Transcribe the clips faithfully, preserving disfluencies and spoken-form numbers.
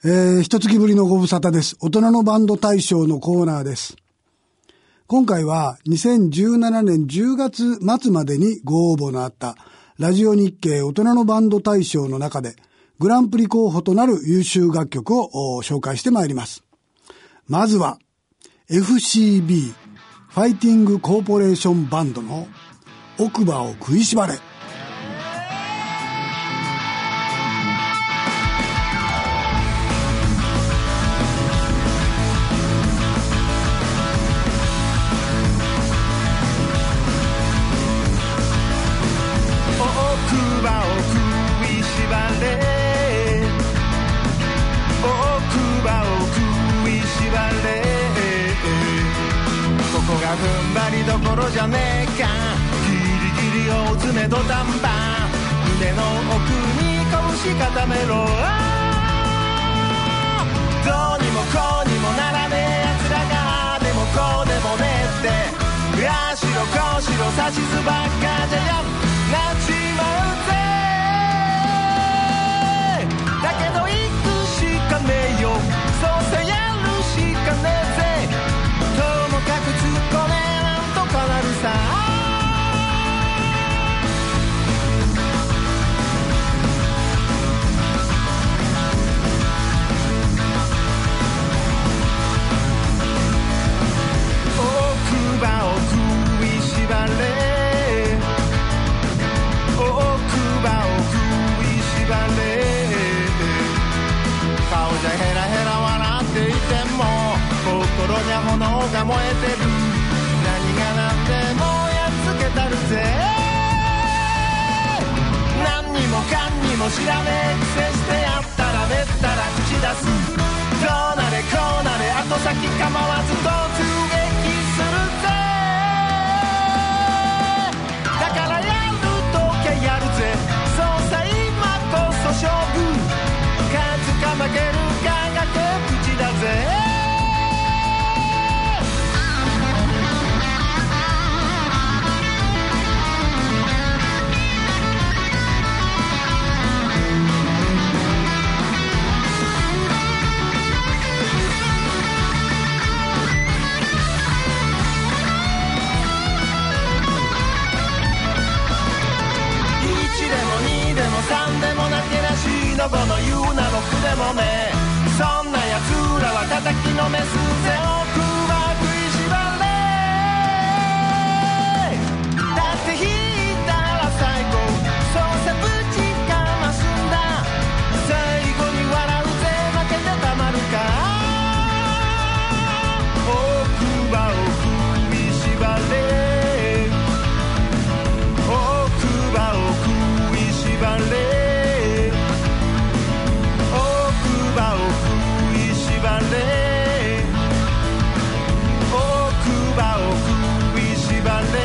えー、一月ぶりのご無沙汰です。大人のバンド大賞のコーナーです。今回はにせんじゅうななねんじゅうがつ末までにご応募のあったラジオ日経大人のバンド大賞の中でグランプリ候補となる優秀楽曲を紹介してまいります。まずは エフシービー ファイティングコーポレーションバンドの奥歯を食いしばれ。 踏ん張りどころじゃねえか、ギリギリを詰め土壇場、胸の奥に拳固めろ。どうにもこうにもならねえ奴らが、でもこうでもねえって、ああしろこうしろ指図ばっかじゃやなっちまうぜ。だけど行くしかねえよ、そうせやるしかねえぜ。ともかく突っ込めなんとかなるさ。奥歯を食いしばれ、奥歯を食いしばれ、顔じゃヘラヘラ笑っていても心にゃ炎が燃えてる。何が何でもやっつけたるぜ。何にもかんにも知らねえくせしてやったらめったら口出す。どうなれこうなれ後先構わず突撃するぜ。だからやるときゃやるぜ。そうさ今こそ勝負、勝つか負けるかが口だぜ。さんでもなけりゃしのごの言うなろくでもね。そんなやつらは叩きのめすぜ。奥は食いしばれ。だって引いたら最後そうせぶちかますんだ。最後に笑うぜ負けてたまるか。奥歯を食いしばれ、奥歯を食いしばれ、奥歯を食いしばれ、奥歯を食いしばれ。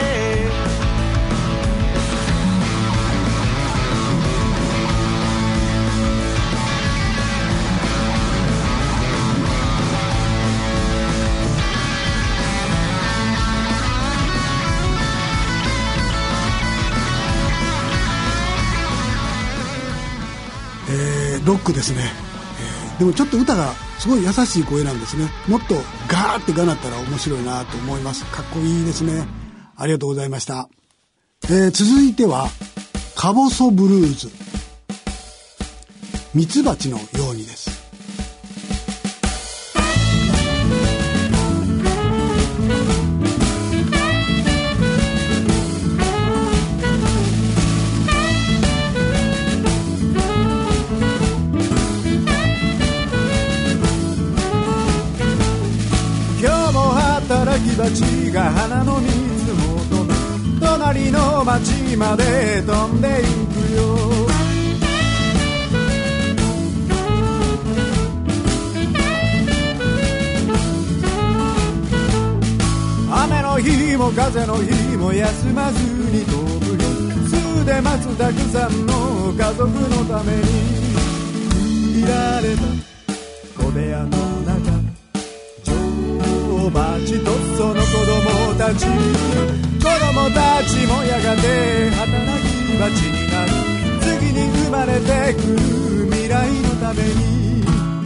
ロックですね、えー、でもちょっと歌がすごい優しい声なんですね。もっとガーってがなったら面白いなと思います。かっこいいですね。ありがとうございました。えー、続いてはカボソブルーズ、ミツバチのようにです。 働き蜂が花の蜜求め、隣の町まで飛んでいくよ。雨の日も風の日も休まずに飛ぶよ。巣で待つたくさんの家族のために入られた小部屋の中、バチとその子供たち、子供たちもやがて働き蜂になる。次に生まれてくる未来のために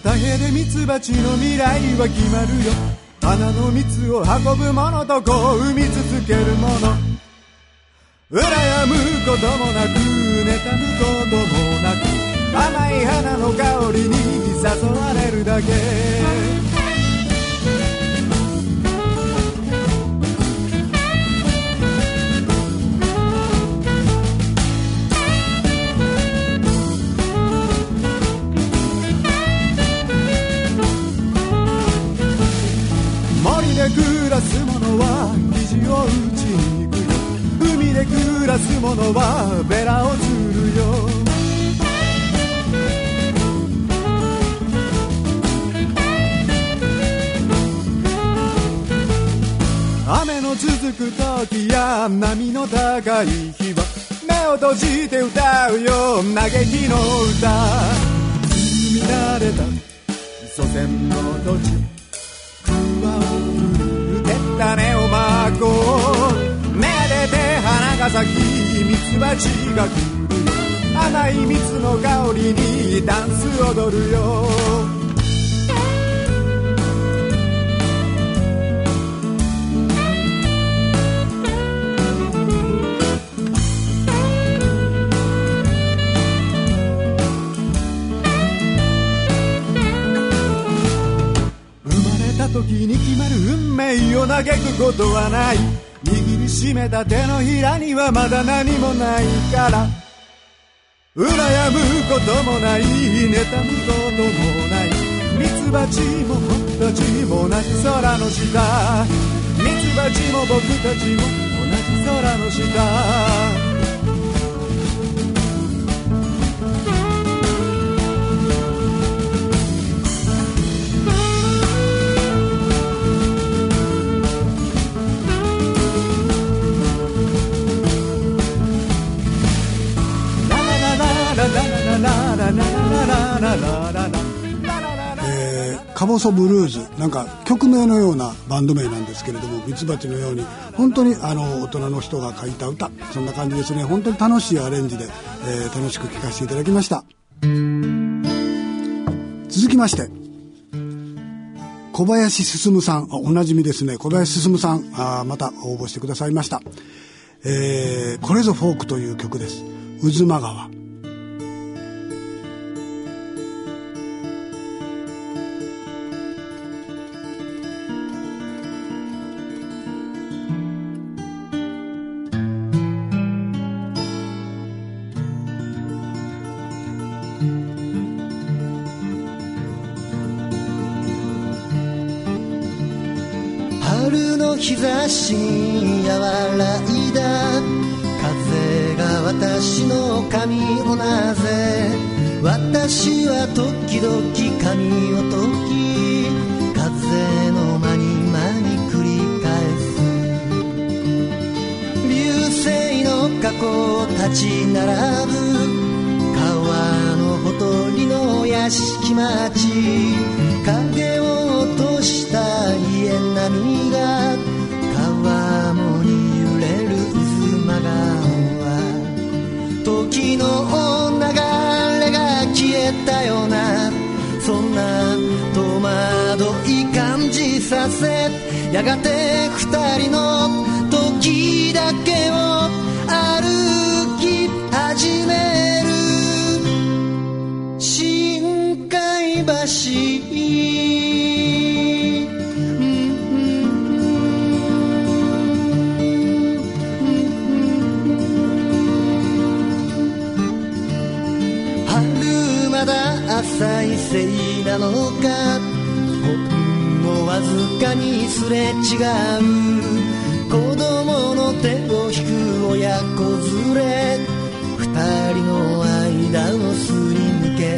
太平でミツバチの未来は決まるよ。花の蜜を運ぶものとこう生み続けるもの。羨むこともなく妬むこともなく、甘い花の香りに誘われるだけ。森で暮らす者は肘を打ちに行くよ。海で暮らす者はベラを釣るよ。雨の続く時や波の高い日は目を閉じて歌うよ嘆きの歌。住み慣れた祖先の土地、桑を振るって種をまこう。めでて花が咲きミツバチが来るよ。甘い蜜の香りにダンス踊るよ。時に決まる運命を嘆くことはない。握りしめた手のひらにはまだ何もないから。羨むこともない、妬むこともない。ミツバチも僕たちも同じ空の下。ミツバチも僕たちも同じ空の下。 えー、カボソブルーズ、なんか曲名のようなバンド名なんですけれども、ミツバチのように本当にあの大人の人が書いた歌、そんな感じですね。本当に楽しいアレンジで、えー、楽しく聴かせていただきました。続きまして小林進さん、あ、おなじみですね。小林進さん、あ、また応募してくださいました。えー、これぞフォークという曲です。渦間川。 春の日差しに和らいだ風が私の髪をなぜ、私は時々髪を解き風の間に間に繰り返す。流星の河口立ち並ぶ川のほとりの屋敷町、影を落とした家並みが川面に揺れる渦間川、時の流れが消えたような、そんな戸惑い感じさせ、やがて二人の時だけを歩き始める新海橋。浅いせいなのか、ほんのわずかにすれ違う子供の手を引く親子連れ、二人の間をすり抜け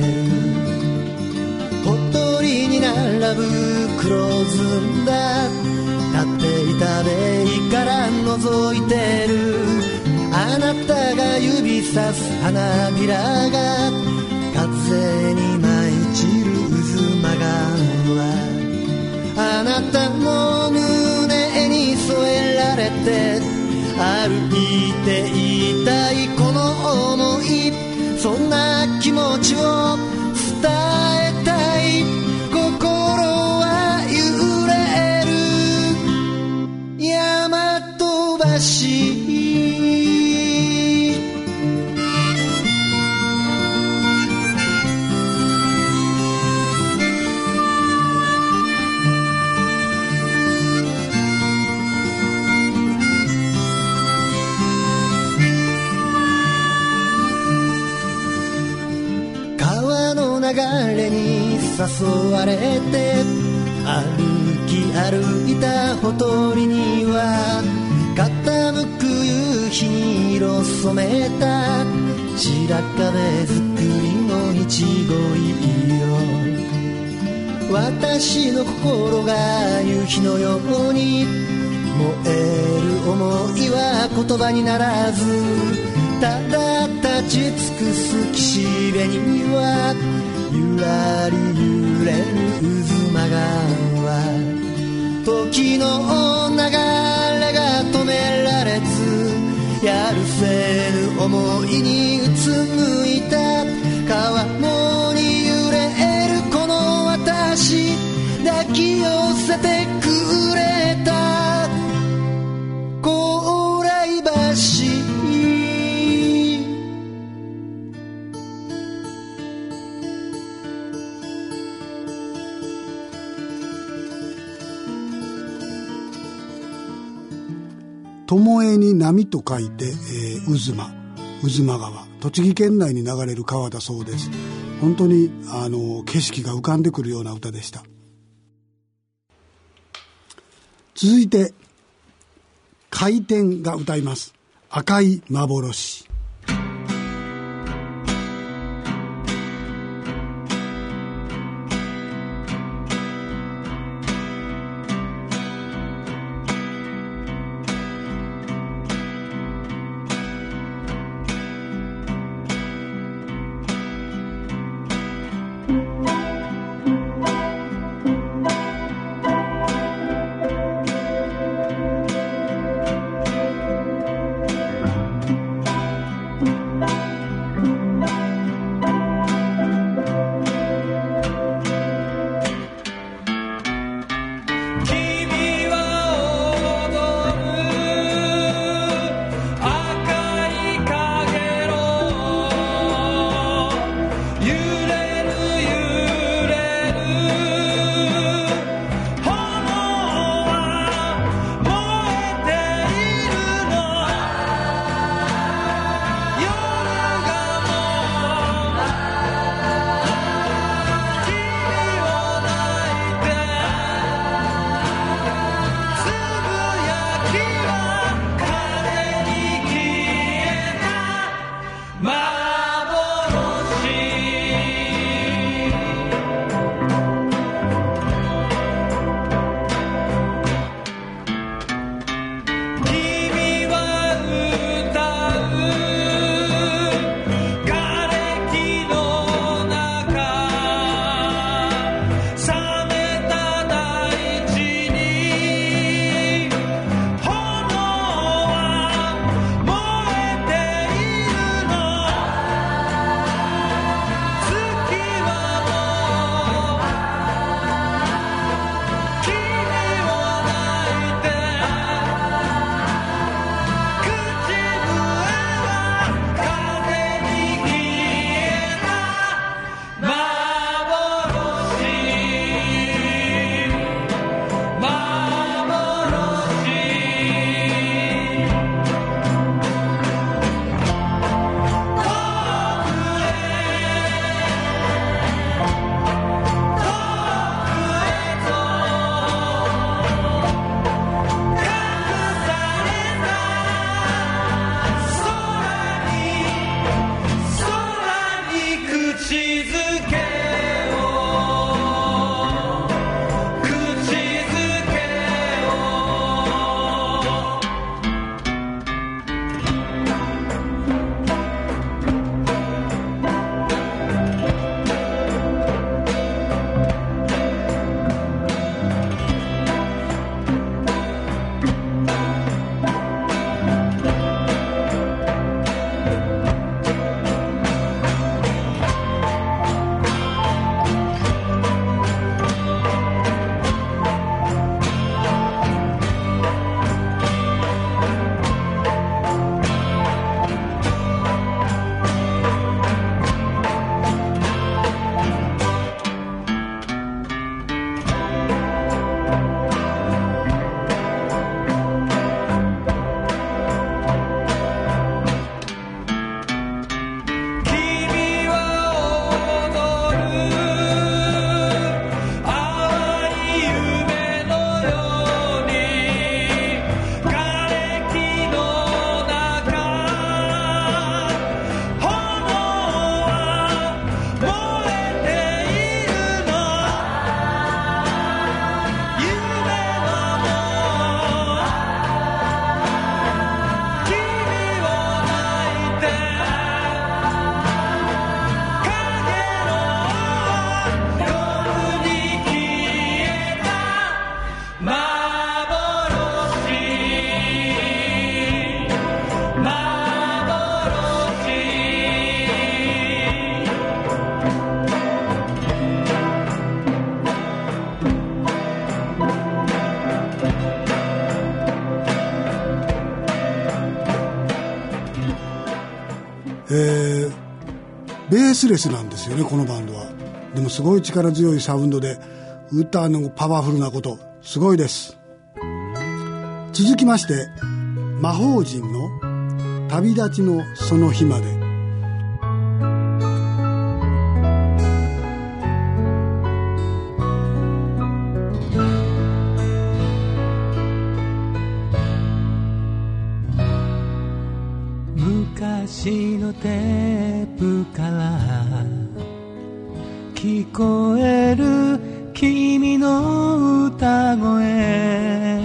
る。ほとりに並ぶ黒ずんだ立っていたベイから覗いてる、あなたが指さす花びらが風に舞い散る渦間川、あなたの胸に添えられて歩いていたいこの想い、そんな気持ちを伝えたい。 れに誘われて歩き歩いたほとりには傾く夕日に色染めた白壁作りの一期色、私の心が夕日のように燃える想いは言葉にならず、ただ立ち尽くす岸辺にはゆらり揺れる渦間川、時の流れが止められずやるせぬ思いにうつむいた、川面に揺れるこの私抱き寄せてくれた高麗橋、 巴に波と書いて、えー、渦間渦間川、栃木県内に流れる川だそうです。本当にあの景色が浮かんでくるような歌でした。続いて回転が歌います赤い幻。 ベースレスなんですよね、このバンドは。でもすごい力強いサウンドで、歌のパワフルなこと、すごいです。続きまして、魔法陣の旅立ちのその日まで。 昔のテープから聞こえる君の歌声、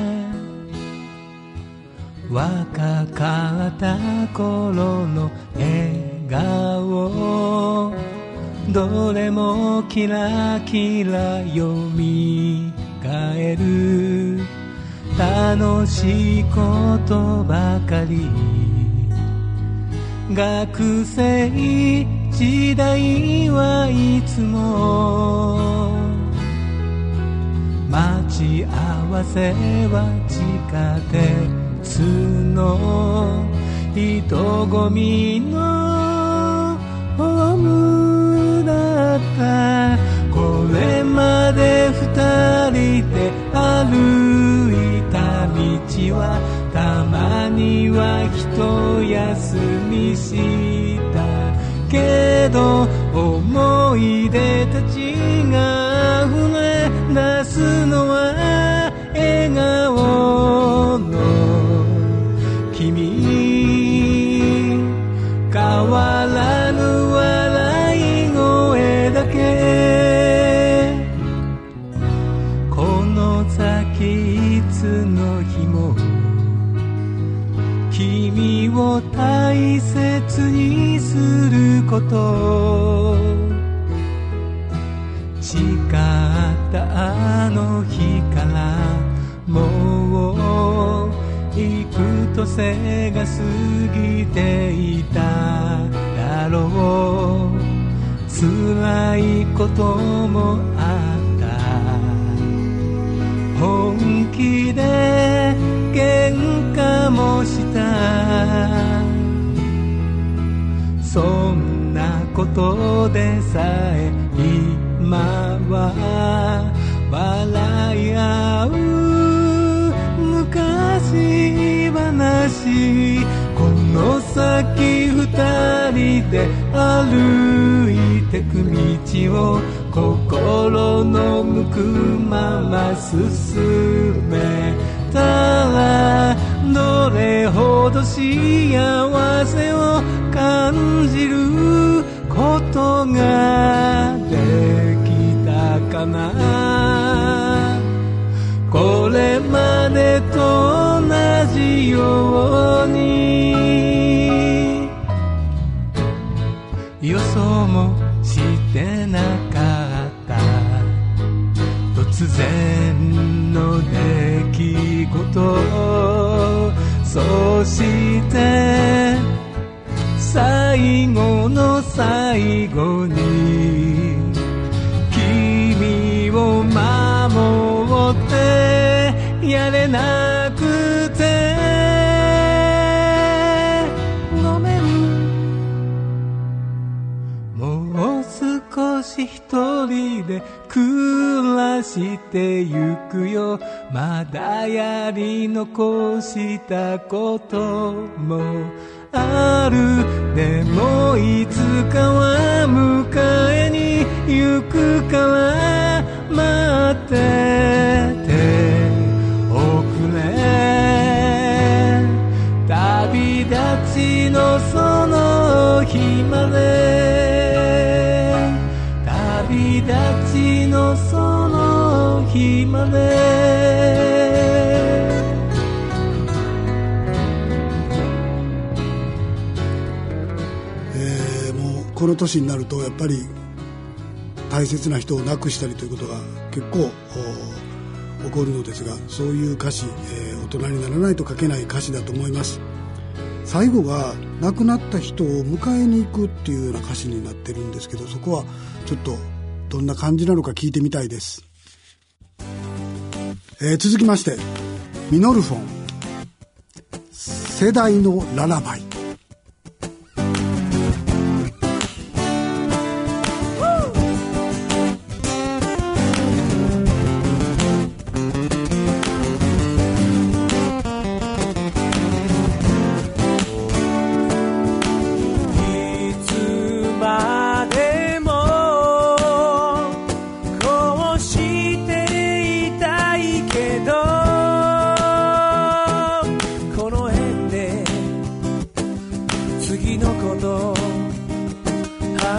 若かった頃の笑顔、どれもキラキラよみがえる、楽しいことばかり。学生時代はいつも待ち合わせは地下鉄の人混みのホームだった。これまで二人で歩いた道はたまには一休みしたけど、思い出たちが溢れ出すのは笑顔の君、変わらぬ笑い声だけ。この先いつの日も君を大切にすること、誓ったあの日からもう幾年が過ぎていただろう。辛いこともあった、本気で喧嘩もした。そんなことでさえ今は笑い合う昔話。この先二人で歩いてく道を心の向くまま進めたら、どれほど幸せを感じることができたかな。これまでと同じように予想もしてなかった突然の出来事。そして最後の最後に君を守ってやれなくてごめん。もう少し一人で暮らしてゆくよ。まだやり残したこともある。でもいつかは迎えに行くから待ってておくれ。旅立ちのその日まで、旅立ちのその日まで。 この年になるとやっぱり大切な人を亡くしたりということが結構起こるのですが、そういう歌詞、えー、大人にならないと書けない歌詞だと思います。最後が亡くなった人を迎えに行くっていうような歌詞になってるんですけど、そこはちょっとどんな感じなのか聞いてみたいです。えー、続きましてミノルフォン世代のララバイ。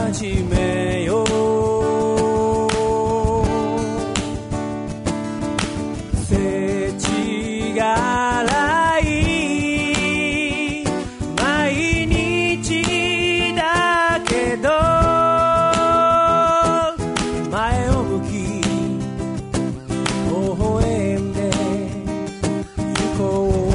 始めよう。世知辛い毎日だけど前を向き微笑んで行こう。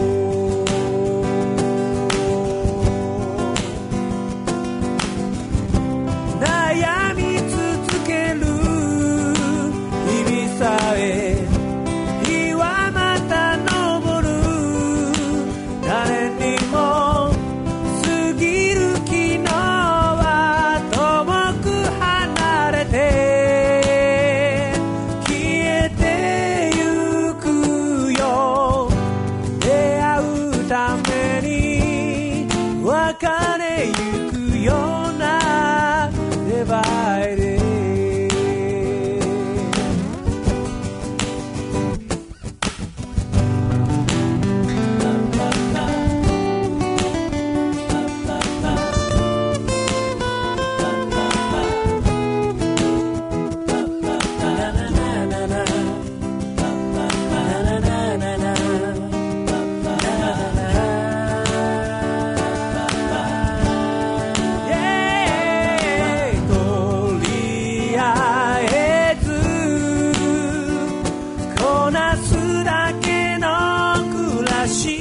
悩み続ける日々さえ日はまた昇る。誰にも過ぎる昨日は遠く離れて消えてゆくよ。出会うために別れゆくようなデバイデー。とりあえずこなすだけの暮らし。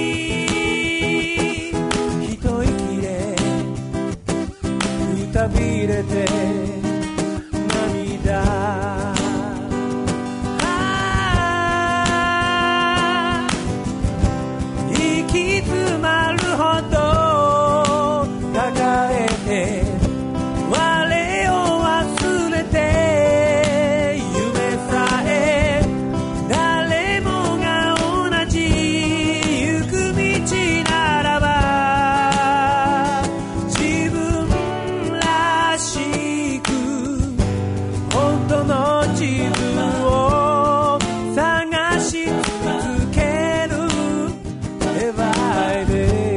一息でくたびれて涙。ああ行き詰まるほど抱えて我を忘れて夢さえ誰もが同じ行く道ならば自分らしく本当の自分を探し続けるデバイデー。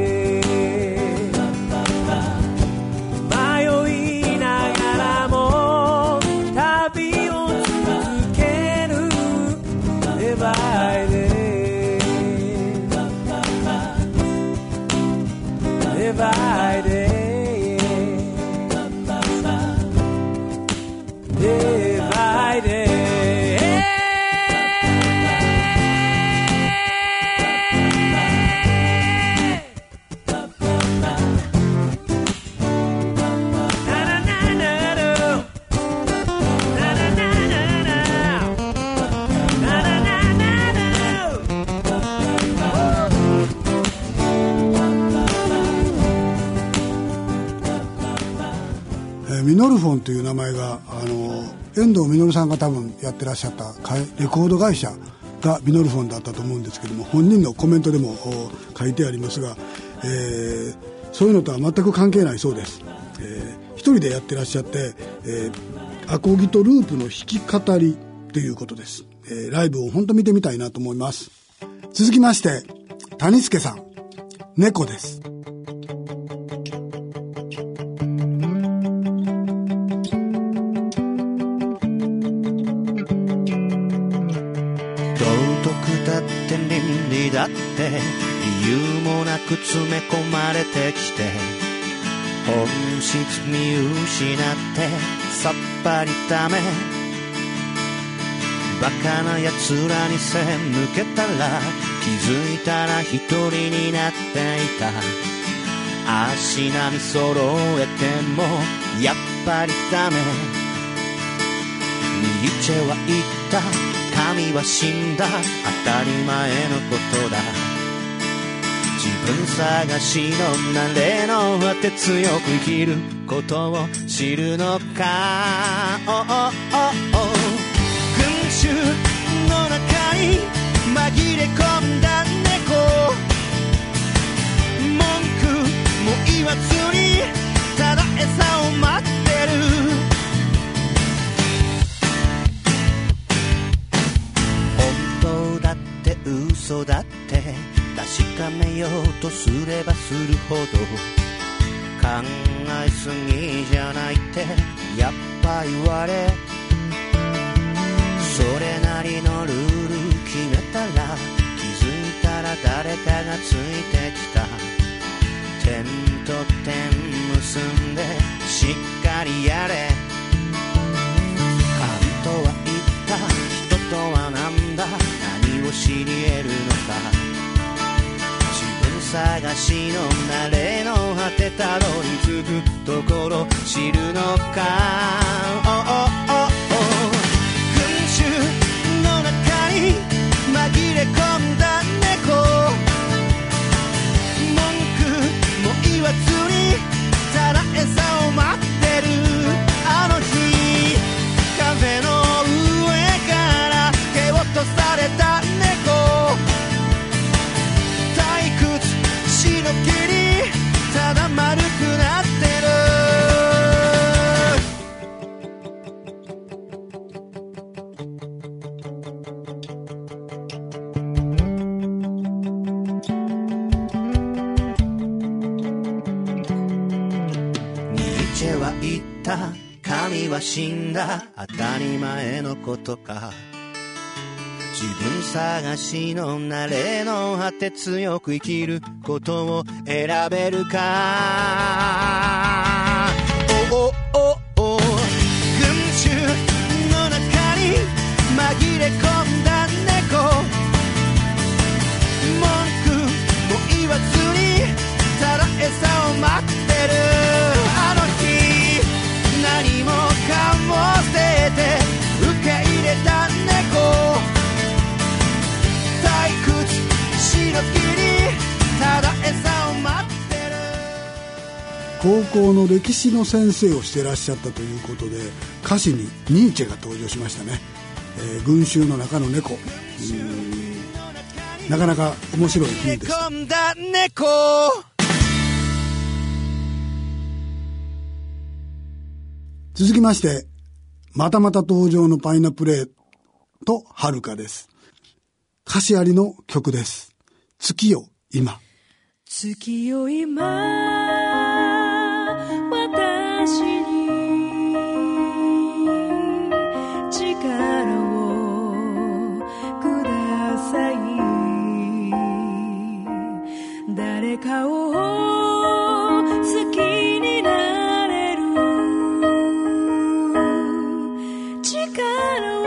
迷いながらも旅を続けるデバイデー。デバイデー。デバイデー。 ミノルフォンという名前があの遠藤実さんが多分やってらっしゃったレコード会社がミノルフォンだったと思うんですけども、本人のコメントでも書いてありますが、えー、そういうのとは全く関係ないそうです。えー、一人でやってらっしゃって、えー、アコギとループの弾き語りということです。えー、ライブを本当見てみたいなと思います。続きまして谷助さん、猫です。 だって理由もなく詰め込まれてきて本質見失ってさっぱりダメ。バカな奴らに背向けたら気づいたら一人になっていた。足並み揃えてもやっぱりダメ。ニーチェは言った、神は死んだ、当たり前のことだ。自分探しの慣れの果て強く生きることを知るのか。oh, oh, oh, oh. 群衆の中に紛れ込んだ猫、文句も言わずにただ餌を待ってる。本当だって嘘だって確かめようとすればするほど考えすぎじゃないってやっぱ言われそれなりのルール決めたら気づいたら誰かがついてきた点と点結んでしっかりやれ勘とは言った人とはなんだ何を知り得るのか自分探しの慣れの果てたどり着くところ知るのか、oh, oh, oh, oh. 群衆の中に紛れ込んだ猫文句も言わずにただ餌を待ってるあの日風の上から蹴落とされた猫退屈しのぎにただ丸くなってるニーチェは言った神は死んだ当たり前のことか自分探しの慣れの果て強く生きることを選べるかおおおお群衆の中に紛れ込んだ猫文句も言わずにただ餌を待ってるあの日何もかも捨てて受け入れた猫退屈しのぎにただ餌を待ってる高校の歴史の先生をしてらっしゃったということで歌詞にニーチェが登場しましたね、えー、群衆の中の猫、なかなか面白い日でした。続きましてまたまた登場のパイナプレーとはるかです。歌詞ありの曲です。月よ今月よ今私に力をください誰かを好きになれる力を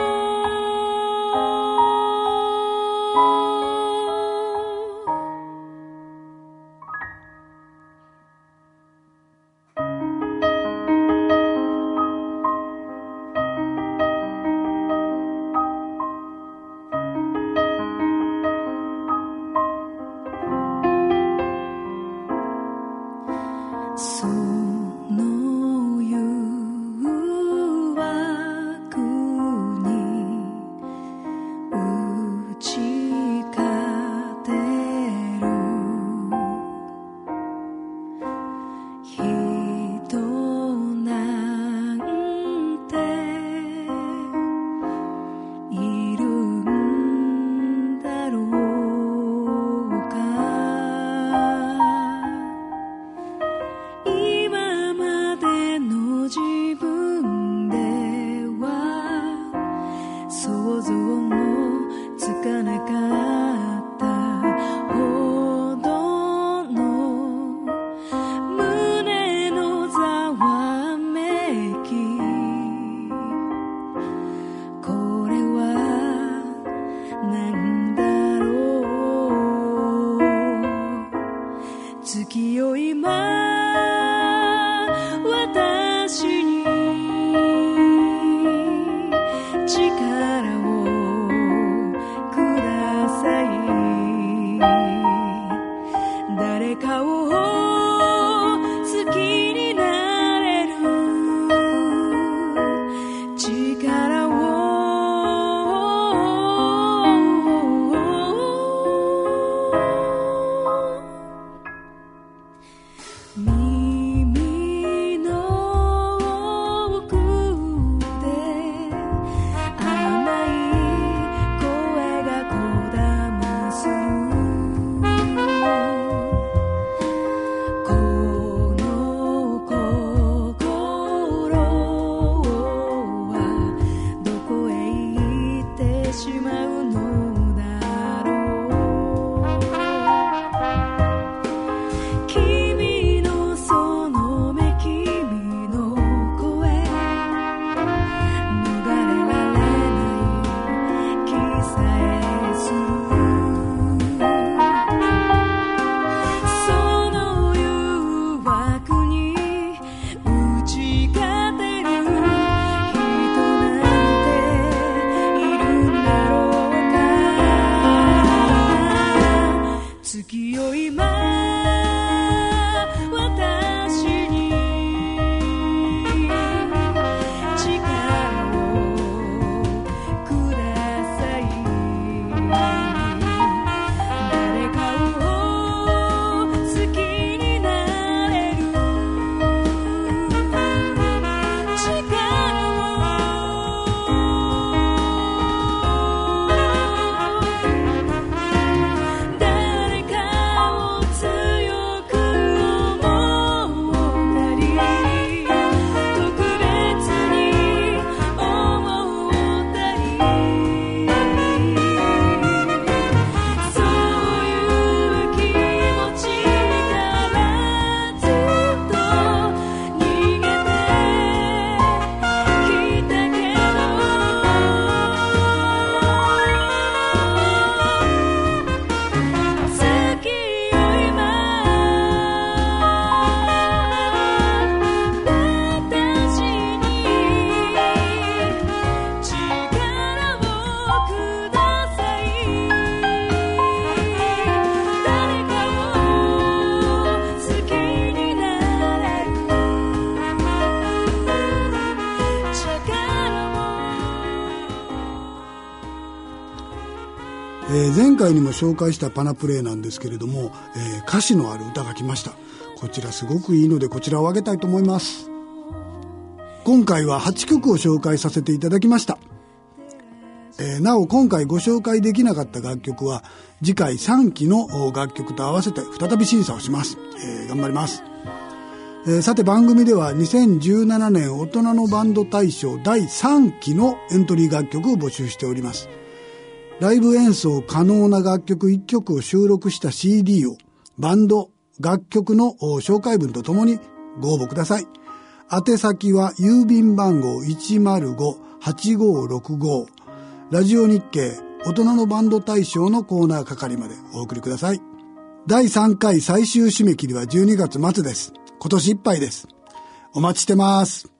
えー、前回にも紹介したパナプレイなんですけれども、えー、歌詞のある歌が来ました。こちらすごくいいので、こちらをあげたいと思います。今回ははちきょくを紹介させていただきました。えー、なお今回ご紹介できなかった楽曲は次回さんきの楽曲と合わせて再び審査をします。えー、頑張ります。えー、さて番組ではにせんじゅうななねん大人のバンド大賞だいさんきのエントリー楽曲を募集しております。ライブ演奏可能な楽曲いっきょくを収録した シーディー をバンド楽曲の紹介文とともにご応募ください。宛先は郵便番号 いちまるごはちごろくご ラジオ日経大人のバンド大賞のコーナー係までお送りください。だいさんかい最終締め切りはじゅうにがつまつです。今年いっぱいです。お待ちしてます。